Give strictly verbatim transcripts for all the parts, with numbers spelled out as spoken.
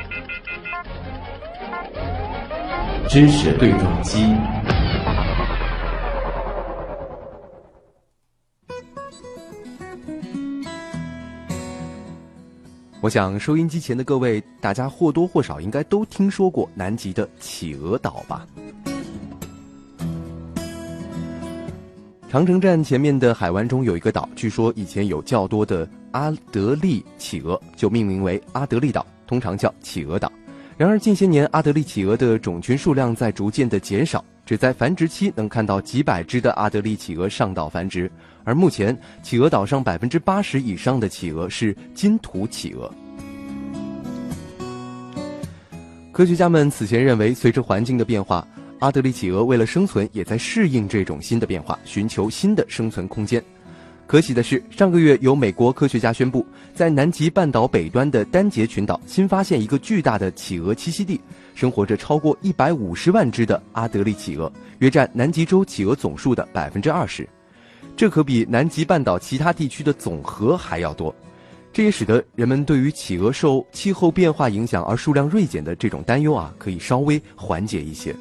知识对撞机。我想收音机前的各位，大家或多或少应该都听说过南极的企鹅岛吧。长城站前面的海湾中有一个岛，据说以前有较多的阿德利企鹅，就命名为阿德利岛，通常叫企鹅岛。然而近些年阿德利企鹅的种群数量在逐渐的减少，只在繁殖期能看到几百只的阿德利企鹅上岛繁殖，而目前企鹅岛上 百分之八十 以上的企鹅是金土企鹅。科学家们此前认为，随着环境的变化，阿德利企鹅为了生存也在适应这种新的变化，寻求新的生存空间。可喜的是，上个月有美国科学家宣布，在南极半岛北端的丹杰群岛新发现一个巨大的企鹅栖息地，生活着超过一百五十万只的阿德利企鹅，约占南极洲企鹅总数的 百分之二十。 这可比南极半岛其他地区的总和还要多。这也使得人们对于企鹅受气候变化影响而数量锐减的这种担忧啊，可以稍微缓解一些。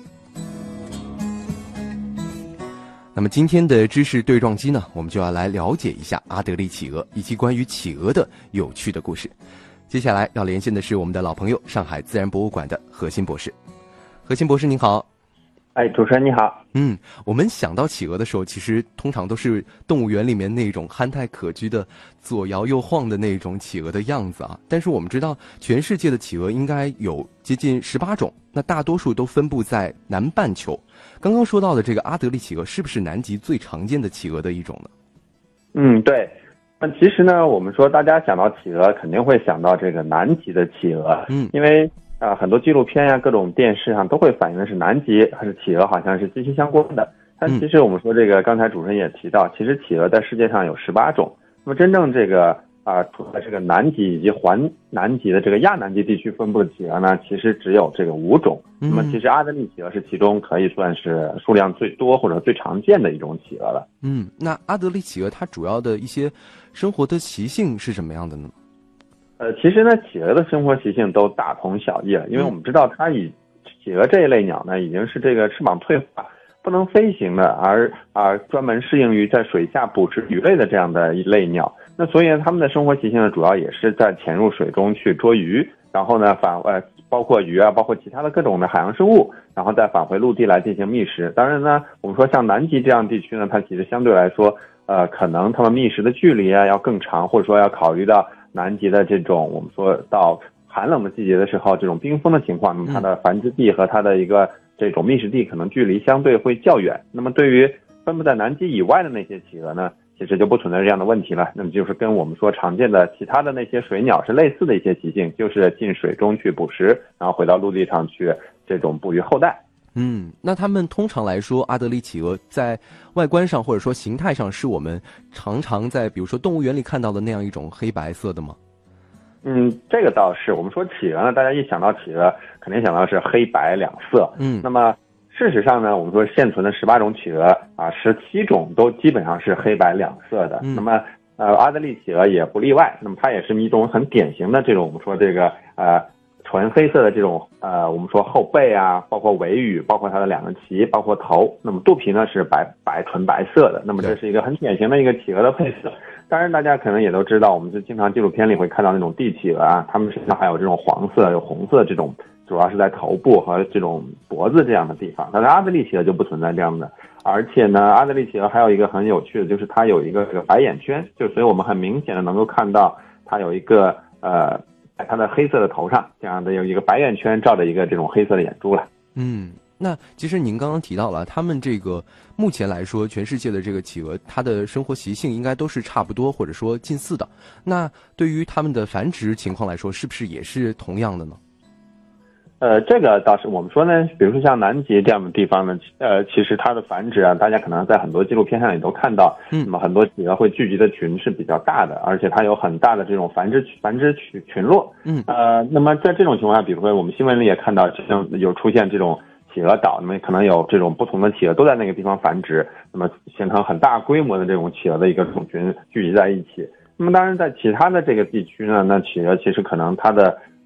那么今天的知识对撞机呢，我们就要来了解一下阿德利企鹅以及关于企鹅的有趣的故事。接下来要连线的是我们的老朋友，上海自然博物馆的何鑫博士。何鑫博士您好。 哎，主持人你好。 嗯，我们想到企鹅的时候，其实通常都是动物园里面那种憨态可掬的左摇右晃的那种企鹅的样子啊。但是我们知道，全世界的企鹅应该有接近十八种，那大多数都分布在南半球。刚刚说到的这个阿德利企鹅，是不是南极最常见的企鹅的一种呢？ 嗯，对。那其实呢，我们说大家想到企鹅，肯定会想到这个南极的企鹅，嗯，因为啊、呃，很多纪录片呀、各种电视上都会反映的是南极还是企鹅，好像是息息相关的。但其实我们说这个，刚才主持人也提到，其实企鹅在世界上有十八种。那么真正这个啊，除了这个南极以及环南极的这个亚南极地区分布的企鹅呢，其实只有这个五种。那么其实阿德利企鹅是其中可以算是数量最多或者最常见的一种企鹅了。 嗯，那阿德利企鹅它主要的一些生活的习性是什么样的呢？ 呃，其实呢，企鹅的生活习性都大同小异了，因为我们知道它以企鹅这一类鸟呢，已经是这个翅膀退化不能飞行的，而啊专门适应于在水下捕食鱼类的这样的一类鸟。那所以呢，它们的生活习性呢，主要也是在潜入水中去捉鱼，然后呢返呃包括鱼啊，包括其他的各种的海洋生物，然后再返回陆地来进行觅食。当然呢，我们说像南极这样地区呢，它其实相对来说，呃，可能它们觅食的距离啊要更长，或者说要考虑到南极的这种我们说到寒冷的季节的时候，这种冰封的情况，那么它的繁殖地和它的一个这种觅食地可能距离相对会较远。那么对于分布在南极以外的那些企鹅呢，其实就不存在这样的问题了。那么就是跟我们说常见的其他的那些水鸟是类似的一些习性，就是进水中去捕食，然后回到陆地上去这种哺育后代。 嗯，那它们通常来说，阿德利企鹅在外观上或者说形态上，是我们常常在比如说动物园里看到的那样一种黑白色的吗？ 嗯，这个倒是。我们说企鹅呢，大家一想到企鹅，肯定想到是黑白两色。嗯，那么事实上呢，我们说现存的十八种企鹅啊，十七种都基本上是黑白两色的。嗯、那么呃，阿德利企鹅也不例外。那么它也是一种很典型的这种我们说这个呃纯黑色的这种呃我们说后背啊，包括尾羽，包括它的两个鳍，包括头。那么肚皮呢是白白纯白色的。那么这是一个很典型的一个企鹅的配色。当然大家可能也都知道，我们就经常纪录片里会看到那种帝企鹅啊，它们身上还有这种黄色有红色这种，主要是在头部和这种脖子这样的地方。但是阿德利企鹅就不存在这样的。而且呢，阿德利企鹅还有一个很有趣的，就是它有一个这个白眼圈，就所以我们很明显的能够看到它有一个呃在它的黑色的头上这样的有一个白眼圈罩着一个这种黑色的眼珠了。 嗯，那其实您刚刚提到了，他们这个目前来说，全世界的这个企鹅，它的生活习性应该都是差不多或者说近似的。那对于它们的繁殖情况来说，是不是也是同样的呢？ 呃，这个倒是我们说呢，比如说像南极这样的地方呢，呃，其实它的繁殖啊，大家可能在很多纪录片上也都看到，嗯，那么很多企鹅会聚集的群是比较大的，而且它有很大的这种繁殖繁殖群群落，嗯，呃，那么在这种情况下，比如说我们新闻里也看到，像有出现这种企鹅岛，那么可能有这种不同的企鹅都在那个地方繁殖，那么形成很大规模的这种企鹅的一个种群聚集在一起。那么当然在其他的这个地区呢，那企鹅其实可能它的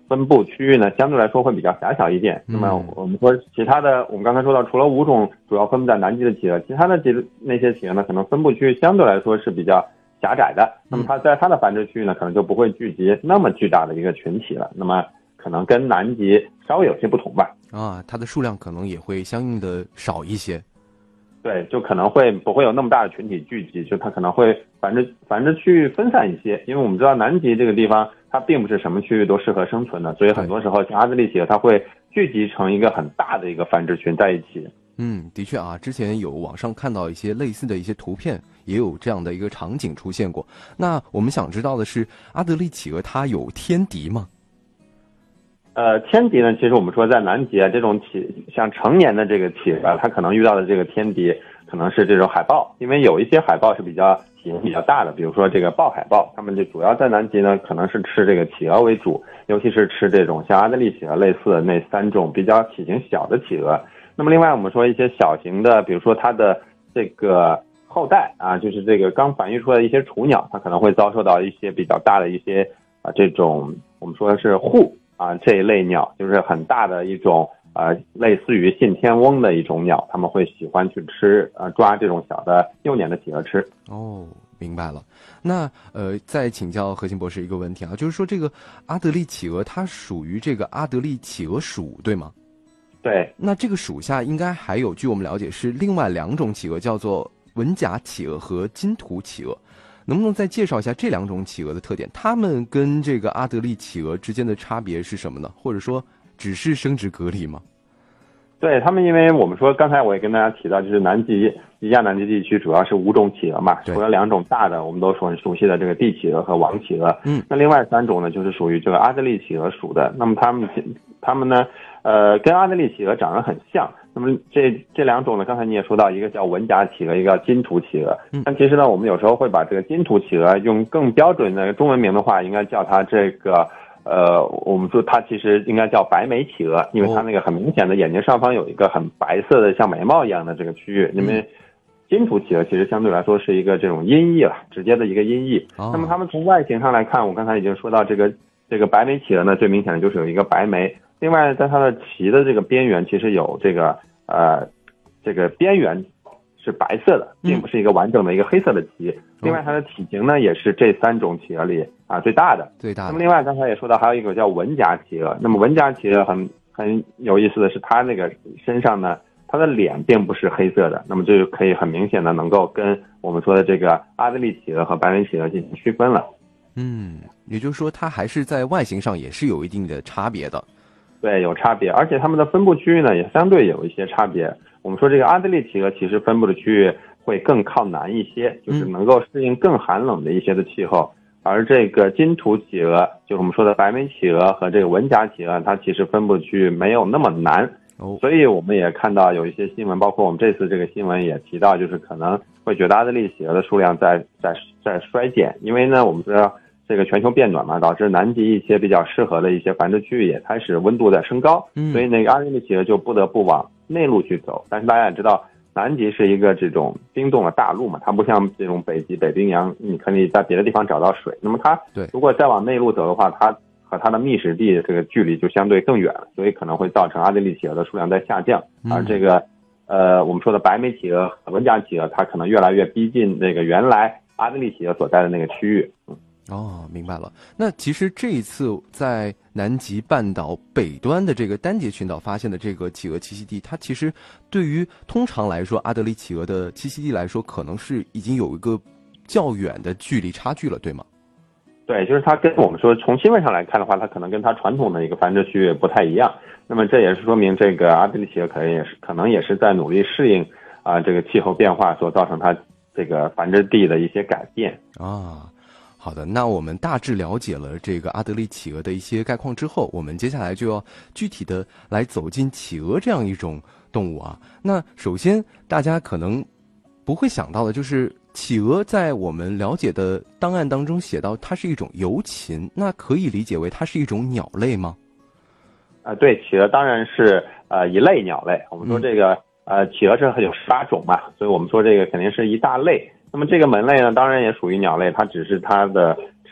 分布区域呢，相对来说会比较狭小一点。那么我们说其他的，我们刚才说到，除了五种主要分布在南极的企鹅，其他的几那些企鹅呢，可能分布区域相对来说是比较狭窄的。那么它在它的繁殖区域呢，可能就不会聚集那么巨大的一个群体了。那么可能跟南极稍微有些不同吧。 啊，它的数量可能也会相应的少一些。 对，就可能会不会有那么大的群体聚集，就它可能会繁殖繁殖区域分散一些，因为我们知道南极这个地方它并不是什么区域都适合生存的，所以很多时候像阿德利企鹅它会聚集成一个很大的一个繁殖群在一起。 嗯，的确啊，之前有网上看到一些类似的一些图片，也有这样的一个场景出现过。那我们想知道的是，阿德利企鹅它有天敌吗？ 呃，天敌呢，其实我们说在南极啊，这种企像成年的这个企鹅，它可能遇到的这个天敌可能是这种海豹，因为有一些海豹是比较体型比较大的，比如说这个豹海豹，它们就主要在南极呢，可能是吃这个企鹅为主，尤其是吃这种像阿德利企鹅类似的那三种比较体型小的企鹅。那么另外我们说一些小型的，比如说它的这个后代啊，就是这个刚繁育出来的一些雏鸟，它可能会遭受到一些比较大的一些啊这种我们说是护。啊，这一类鸟就是很大的一种呃，类似于信天翁的一种鸟，他们会喜欢去吃呃抓这种小的幼年的企鹅吃。 哦，明白了。那呃，再请教何鑫博士一个问题啊，就是说这个阿德利企鹅它属于这个阿德利企鹅属，对吗？ 对。 那这个属下应该还有，据我们了解是另外两种企鹅，叫做文甲企鹅和金图企鹅。能不能再介绍一下这两种企鹅的特点？它们跟这个阿德利企鹅之间的差别是什么呢？或者说，只是生殖隔离吗？ 对他们，因为我们说刚才我也跟大家提到，就是南极亚南极地区主要是五种企鹅嘛，除了两种大的我们都很熟悉的这个帝企鹅和王企鹅，嗯，那另外三种呢，就是属于这个阿德利企鹅属的。那么它们它们呢，呃，跟阿德利企鹅长得很像。那么这这两种呢，刚才你也说到，一个叫文甲企鹅，一个叫金图企鹅。但其实呢，我们有时候会把这个金图企鹅用更标准的中文名的话，应该叫它这个呃，我们说它其实应该叫白眉企鹅，因为它那个很明显的眼睛上方有一个很白色的像眉毛一样的这个区域。因为金图企鹅其实相对来说是一个这种音译了，直接的一个音译。那么它们从外形上来看，我刚才已经说到这个这个白眉企鹅呢，最明显的就是有一个白眉。另外，在它的鳍的这个边缘，其实有这个呃，这个边缘是白色的，并不是一个完整的一个黑色的鳍。嗯、另外，它的体型呢，也是这三种企鹅里啊最大的。 最大的。 那么，另外刚才也说到，还有一个叫文甲企鹅。那么，文甲企鹅很很有意思的是，它那个身上呢，它的脸并不是黑色的。那么，这就可以很明显的能够跟我们说的这个阿德利企鹅和白眉企鹅进行区分了。 嗯，也就是说，它还是在外形上也是有一定的差别的。 对，有差别，而且它们的分布区域呢也相对有一些差别。我们说这个阿德利企鹅其实分布的区域会更靠南一些，就是能够适应更寒冷的一些的气候。嗯、而这个金图企鹅，就是我们说的白眉企鹅和这个文甲企鹅，它其实分布区域没有那么南。哦，所以我们也看到有一些新闻，包括我们这次这个新闻也提到，就是可能会觉得阿德利企鹅的数量在在在衰减，因为呢，我们知道。这个全球变暖嘛，导致南极一些比较适合的一些繁殖区域也开始温度在升高，嗯，所以那个阿德利企鹅就不得不往内陆去走。但是大家也知道，南极是一个这种冰冻的大陆嘛，它不像这种北极、北冰洋，你可以在别的地方找到水。那么它如果再往内陆走的话，它和它的觅食地这个距离就相对更远了，所以可能会造成阿德利企鹅的数量在下降。而这个呃我们说的白眉企鹅和文甲企鹅，它可能越来越逼近那个原来阿德利企鹅所在的那个区域。嗯。 哦，明白了。那其实这一次在南极半岛北端的这个丹杰群岛发现的这个企鹅栖息地，它其实对于通常来说阿德利企鹅的栖息地来说，可能是已经有一个较远的距离差距了，对吗？ 对，就是它跟我们说从新闻上来看的话，它可能跟它传统的一个繁殖区域不太一样。那么这也是说明这个阿德利企鹅可能也是可能也是在努力适应啊、呃、这个气候变化所造成它这个繁殖地的一些改变啊。好的，那我们大致了解了这个阿德利企鹅的一些概况之后，我们接下来就要具体的来走进企鹅这样一种动物啊。那首先大家可能不会想到的就是企鹅在我们了解的档案当中写到它是一种游禽，那可以理解为它是一种鸟类吗？ 啊、呃，对，企鹅当然是呃一类鸟类。我们说这个、嗯、呃企鹅是有十八种嘛，所以我们说这个肯定是一大类。那么这个门类呢，当然也属于鸟类，它只是它的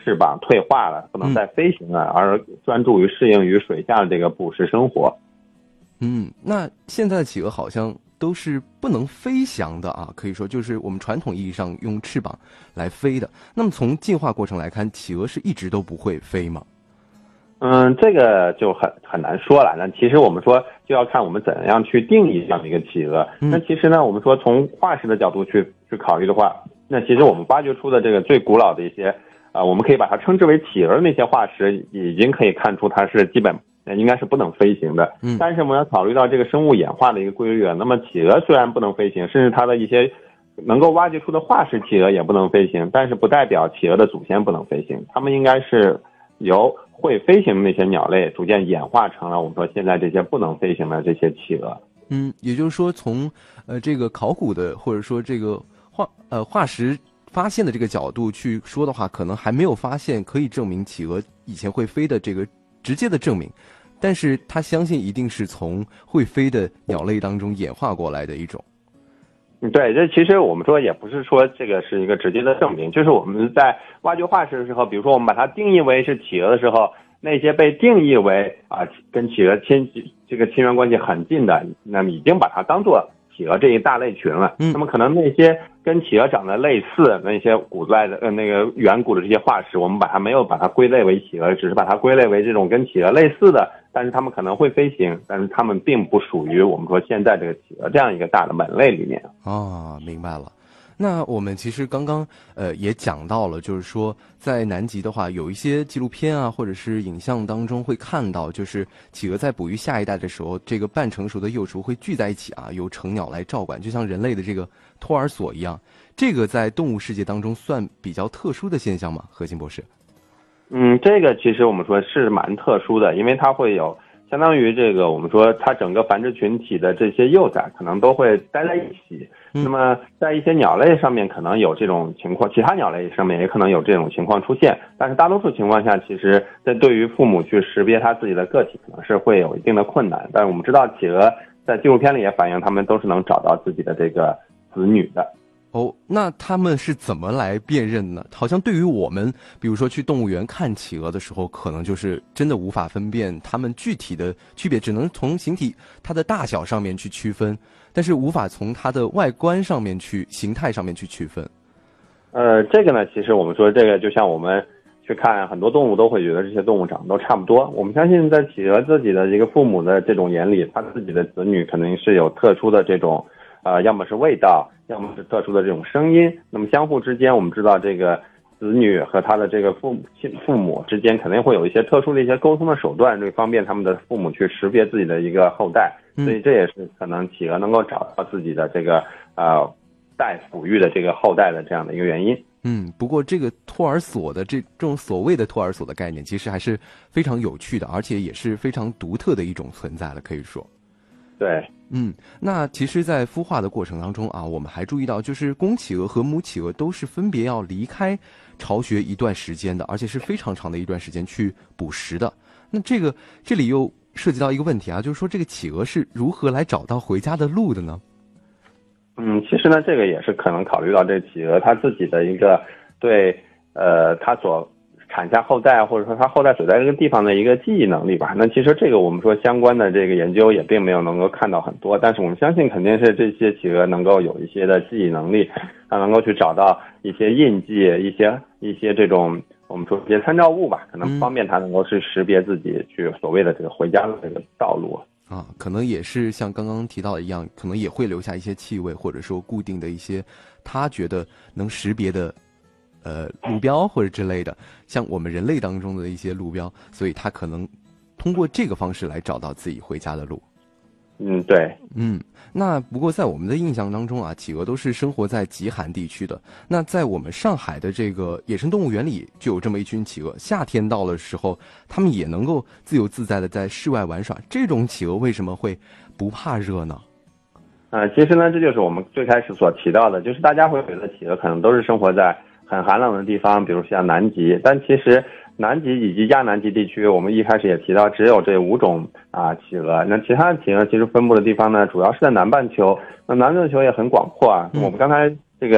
翅膀退化了，不能再飞行了，而专注于适应于水下的这个捕食生活。 嗯，那现在的企鹅好像都是不能飞翔的啊，可以说就是我们传统意义上用翅膀来飞的。那么从进化过程来看，企鹅是一直都不会飞吗？ 嗯，这个就很很难说了。那其实我们说就要看我们怎样去定义这样的一个企鹅。那其实呢，我们说从化石的角度去去考虑的话，那其实我们挖掘出的这个最古老的一些啊、呃，我们可以把它称之为企鹅的那些化石，已经可以看出它是基本应该是不能飞行的。 嗯， 但是我们要考虑到这个生物演化的一个规律啊。那么企鹅虽然不能飞行，甚至它的一些能够挖掘出的化石企鹅也不能飞行，但是不代表企鹅的祖先不能飞行，它们应该是由会飞行的那些鸟类逐渐演化成了我们说现在这些不能飞行的这些企鹅。 嗯，也就是说从呃这个考古的或者说这个化呃化石发现的这个角度去说的话，可能还没有发现可以证明企鹅以前会飞的这个直接的证明，但是他相信一定是从会飞的鸟类当中演化过来的一种。 对，这其实我们说也不是说这个是一个直接的证明，就是我们在挖掘化石的时候，比如说我们把它定义为是企鹅的时候，那些被定义为啊跟企鹅亲这个亲缘关系很近的，那么已经把它当做企鹅这一大类群了。 嗯， 那么可能那些跟企鹅长得类似那些古代的呃那个远古的这些化石，我们把它没有把它归类为企鹅，只是把它归类为这种跟企鹅类似的，但是它们可能会飞行，但是它们并不属于我们说现在这个企鹅这样一个大的门类里面。 哦，明白了。那我们其实刚刚呃也讲到了，就是说在南极的话，有一些纪录片啊，或者是影像当中会看到，就是企鹅在哺育下一代的时候，这个半成熟的幼雏会聚在一起啊，由成鸟来照管，就像人类的这个托儿所一样。这个在动物世界当中算比较特殊的现象吗？何鑫博士？ 嗯，这个其实我们说是蛮特殊的，因为它会有相当于这个我们说它整个繁殖群体的这些幼崽可能都会待在一起。那么在一些鸟类上面可能有这种情况，其他鸟类上面也可能有这种情况出现，但是大多数情况下，其实在对于父母去识别它自己的个体可能是会有一定的困难。但是我们知道企鹅在纪录片里也反映，它们都是能找到自己的这个子女的。 哦，那他们是怎么来辨认呢？好像对于我们，比如说去动物园看企鹅的时候，可能就是真的无法分辨它们具体的区别，只能从形体它的大小上面去区分，但是无法从它的外观上面去、形态上面去区分。 呃，这个呢，其实我们说这个就像我们去看很多动物都会觉得这些动物长得都差不多。我们相信在企鹅自己的一个父母的这种眼里，他自己的子女肯定是有特殊的这种呃，要么是味道，要么是特殊的这种声音。那么相互之间，我们知道这个子女和他的这个父母亲父母之间肯定会有一些特殊的一些沟通的手段，这个方便他们的父母去识别自己的一个后代。所以这也是可能企鹅能够找到自己的这个呃待抚育的这个后代的这样的一个原因。 嗯，不过这个托儿所的这这种所谓的托儿所的概念，其实还是非常有趣的，而且也是非常独特的一种存在了，可以说。 对， 嗯，那其实，在孵化的过程当中啊，我们还注意到，就是公企鹅和母企鹅都是分别要离开巢穴一段时间的，而且是非常长的一段时间去捕食的。那这个这里又涉及到一个问题啊，就是说这个企鹅是如何来找到回家的路的呢？ 嗯，其实呢，这个也是可能考虑到这企鹅它自己的一个对呃它所产下后代，或者说它后代所在这个地方的一个记忆能力吧。那其实这个我们说相关的这个研究也并没有能够看到很多，但是我们相信肯定是这些企鹅能够有一些的记忆能力，它能够去找到一些印记，一些一些这种我们说一些参照物吧，可能方便它能够去识别自己去所谓的这个回家的这个道路。 啊，可能也是像刚刚提到的一样，可能也会留下一些气味，或者说固定的一些他觉得能识别的呃路标或者之类的，像我们人类当中的一些路标，所以他可能通过这个方式来找到自己回家的路。 嗯，对， 嗯，那不过在我们的印象当中啊，企鹅都是生活在极寒地区的。那在我们上海的这个野生动物园里，就有这么一群企鹅。夏天到了时候，它们也能够自由自在的在室外玩耍。这种企鹅为什么会不怕热呢？ 呃，其实呢，这就是我们最开始所提到的，就是大家会觉得企鹅可能都是生活在很寒冷的地方，比如像南极，但其实南极以及亚南极地区，我们一开始也提到，只有这五种啊企鹅。那其他的企鹅其实分布的地方呢，主要是在南半球。那南半球也很广阔啊。我们刚才这个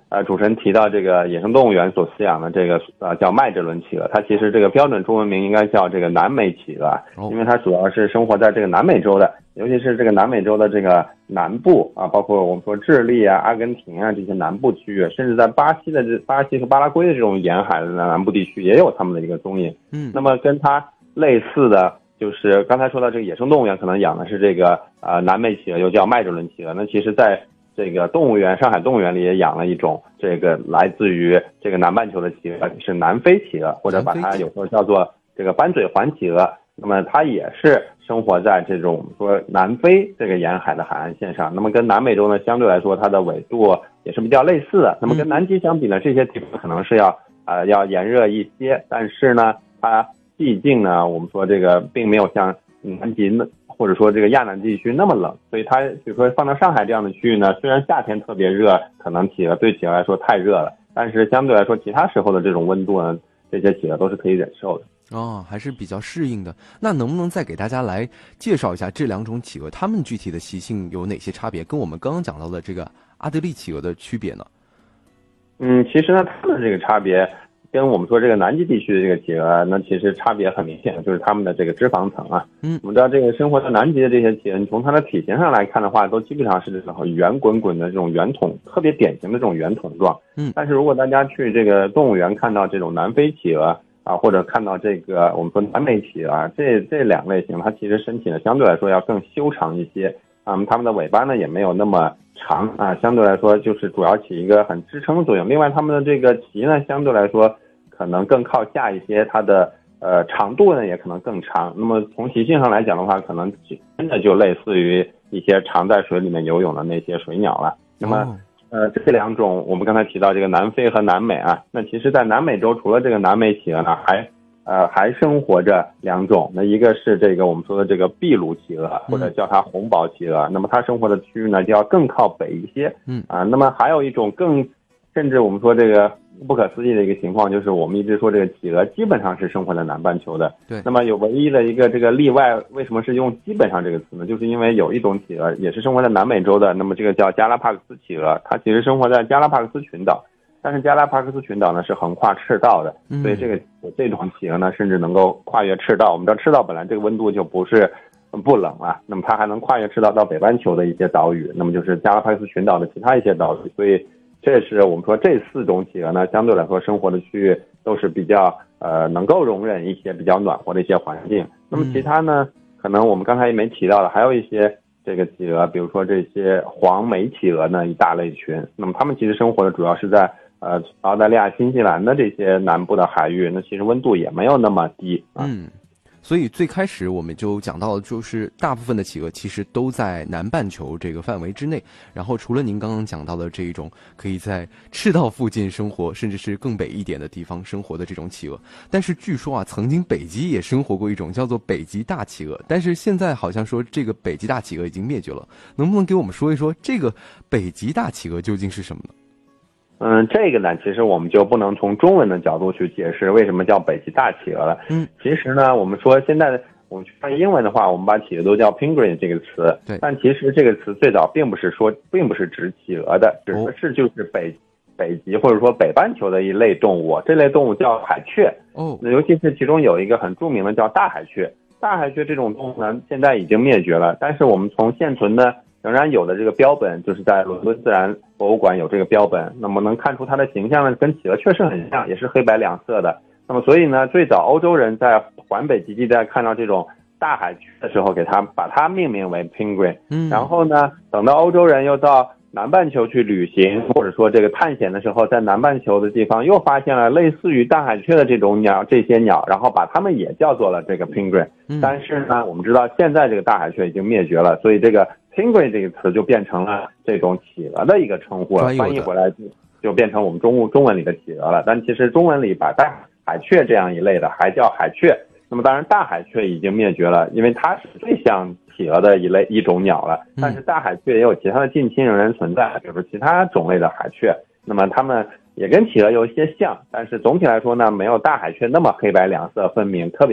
呃主持人提到这个野生动物园所饲养的这个呃叫麦哲伦企鹅，它其实这个标准中文名应该叫这个南美企鹅，因为它主要是生活在这个南美洲的，尤其是这个南美洲的这个南部啊，包括我们说智利啊、阿根廷啊这些南部区域，甚至在巴西的这巴西和巴拉圭的这种沿海的南部地区也有它们的一个踪影。嗯，那么跟它类似的就是刚才说到这个野生动物园可能养的是这个呃南美企鹅，又叫麦哲伦企鹅。那其实在这个动物园，上海动物园里也养了一种这个来自于这个南半球的企鹅，是南非企鹅，或者把它有时候叫做这个斑嘴环企鹅。那么它也是生活在这种说南非这个沿海的海岸线上。那么跟南美洲呢，相对来说它的纬度也是比较类似的。那么跟南极相比呢，这些地方可能是要呃要炎热一些，但是呢，它毕竟呢，我们说这个并没有像南极或者说这个亚南地区那么冷，所以它比如说放到上海这样的区域呢，虽然夏天特别热，可能企鹅对企鹅来说太热了，但是相对来说其他时候的这种温度呢，这些企鹅都是可以忍受的。 哦，还是比较适应的。那能不能再给大家来介绍一下这两种企鹅，它们具体的习性有哪些差别，跟我们刚刚讲到的这个阿德利企鹅的区别呢？ 嗯，其实呢，它们的这个差别跟我们说这个南极地区的这个企鹅，那其实差别很明显，就是它们的这个脂肪层啊。嗯，我们知道这个生活在南极的这些企鹅，你从它的体型上来看的话，都基本上是这种圆滚滚的这种圆筒，特别典型的这种圆筒状。嗯，但是如果大家去这个动物园看到这种南非企鹅啊，或者看到这个我们说南美企鹅，这这两类型，它其实身体呢相对来说要更修长一些。嗯，它们的尾巴呢也没有那么长啊，相对来说就是主要起一个很支撑的作用。另外，它们的这个鳍呢相对来说可能更靠下一些，它的呃长度呢也可能更长。那么从习性上来讲的话，可能真的就类似于一些常在水里面游泳的那些水鸟了。那么。哦呃，这两种我们刚才提到这个南非和南美啊，那其实在南美洲除了这个南美企鹅呢，还呃还生活着两种，那一个是这个我们说的这个秘鲁企鹅，或者叫它红宝企鹅，那么它生活的区域呢就要更靠北一些，嗯啊，那么还有一种更甚至我们说这个不可思议的一个情况，就是我们一直说这个企鹅基本上是生活在南半球的。对。那么有唯一的一个这个例外，为什么是用基本上这个词呢？就是因为有一种企鹅也是生活在南美洲的，那么这个叫加拉帕戈斯企鹅，它其实生活在加拉帕戈斯群岛，但是加拉帕戈斯群岛呢是横跨赤道的，所以这个这种企鹅呢甚至能够跨越赤道。我们知道赤道本来这个温度就不是不冷啊，那么它还能跨越赤道到北半球的一些岛屿，那么就是加拉帕戈斯群岛的其他一些岛屿，所以。这是我们说这四种企鹅呢，相对来说生活的区域都是比较呃能够容忍一些比较暖和的一些环境。那么其他呢，可能我们刚才也没提到的，还有一些这个企鹅，比如说这些黄眉企鹅呢一大类群。那么它们其实生活的主要是在呃澳大利亚、新西兰的这些南部的海域，那其实温度也没有那么低啊。 嗯。所以最开始我们就讲到，就是大部分的企鹅其实都在南半球这个范围之内。然后除了您刚刚讲到的这一种可以在赤道附近生活，甚至是更北一点的地方生活的这种企鹅，但是据说啊，曾经北极也生活过一种叫做北极大企鹅，但是现在好像说这个北极大企鹅已经灭绝了。能不能给我们说一说这个北极大企鹅究竟是什么呢？ 嗯，这个呢，其实我们就不能从中文的角度去解释为什么叫北极大企鹅了。嗯，其实呢，我们说现在我们去看英文的话，我们把企鹅都叫 penguin 这个词。对，但其实这个词最早并不是说，并不是指企鹅的，只是就是北北极或者说北半球的一类动物。这类动物叫海雀。哦，那尤其是其中有一个很著名的叫大海雀。大海雀这种动物呢，现在已经灭绝了，但是我们从现存的仍然有的这个标本，就是在伦敦自然博物馆有这个标本，那么能看出它的形象呢，跟企鹅确实很像，也是黑白两色的。那么所以呢，最早欧洲人在环北极地带看到这种大海雀的时候，给它把它命名为 penguin。嗯，然后呢，等到欧洲人又到南半球去旅行或者说这个探险的时候，在南半球的地方又发现了类似于大海雀的这种鸟，这些鸟，然后把它们也叫做了这个 penguin。嗯，但是呢，我们知道现在这个大海雀已经灭绝了，所以这个penguin 这个词就变成了这种企鹅的一个称呼了，翻译回来就就变成我们中中文里的企鹅了。但其实中文里把大海雀这样一类的还叫海雀。那么当然大海雀已经灭绝了，因为它是最像企鹅的一类一种鸟了。但是大海雀也有其他的近亲仍然存在，比如说其他种类的海雀。那么它们也跟企鹅有一些像，但是总体来说呢，没有大海雀那么黑白两色分明，特别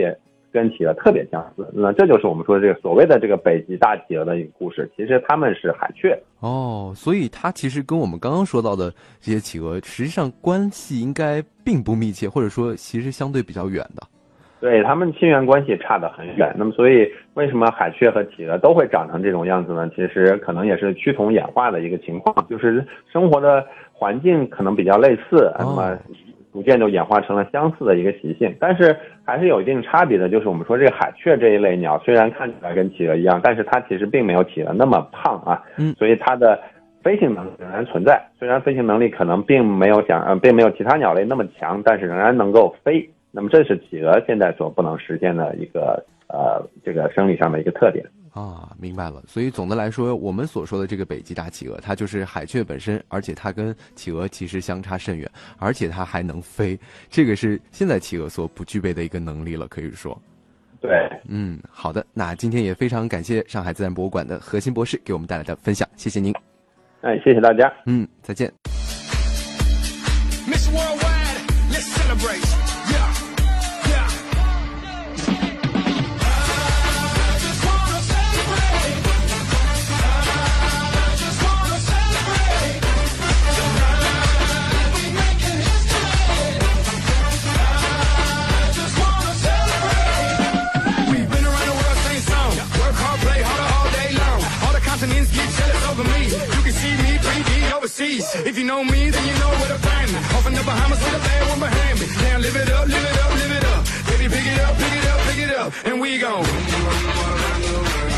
跟企鹅特别相似。那这就是我们说的这个所谓的这个北极大企鹅的一个故事，其实它们是海雀。 哦，所以它其实跟我们刚刚说到的这些企鹅实际上关系应该并不密切，或者说其实相对比较远的。 对，它们亲缘关系差得很远。那么所以为什么海雀和企鹅都会长成这种样子呢？其实可能也是趋同演化的一个情况，就是生活的环境可能比较类似，那么逐渐就演化成了相似的一个习性。但是还是有一定差别的，就是我们说这个海雀这一类鸟虽然看起来跟企鹅一样，但是它其实并没有企鹅那么胖啊， 嗯， 所以它的飞行能力仍然存在。虽然飞行能力可能并没有想呃并没有其他鸟类那么强，但是仍然能够飞。那么这是企鹅现在所不能实现的一个呃这个生理上的一个特点啊，明白了。所以总的来说，我们所说的这个北极大企鹅，它就是海雀本身，而且它跟企鹅其实相差甚远，而且它还能飞，这个是现在企鹅所不具备的一个能力了，可以说。 对， 嗯，好的。那今天也非常感谢上海自然博物馆的何鑫博士给我们带来的分享，谢谢您。 哎，谢谢大家。 嗯，再见。 Miss Worldwide, let's celebrate. If you know me, then you know where to find me. Off in the Bahamas with a bad one behind me. Now live it up, live it up, live it up. Baby, pick it up, pick it up, pick it up, and we gon'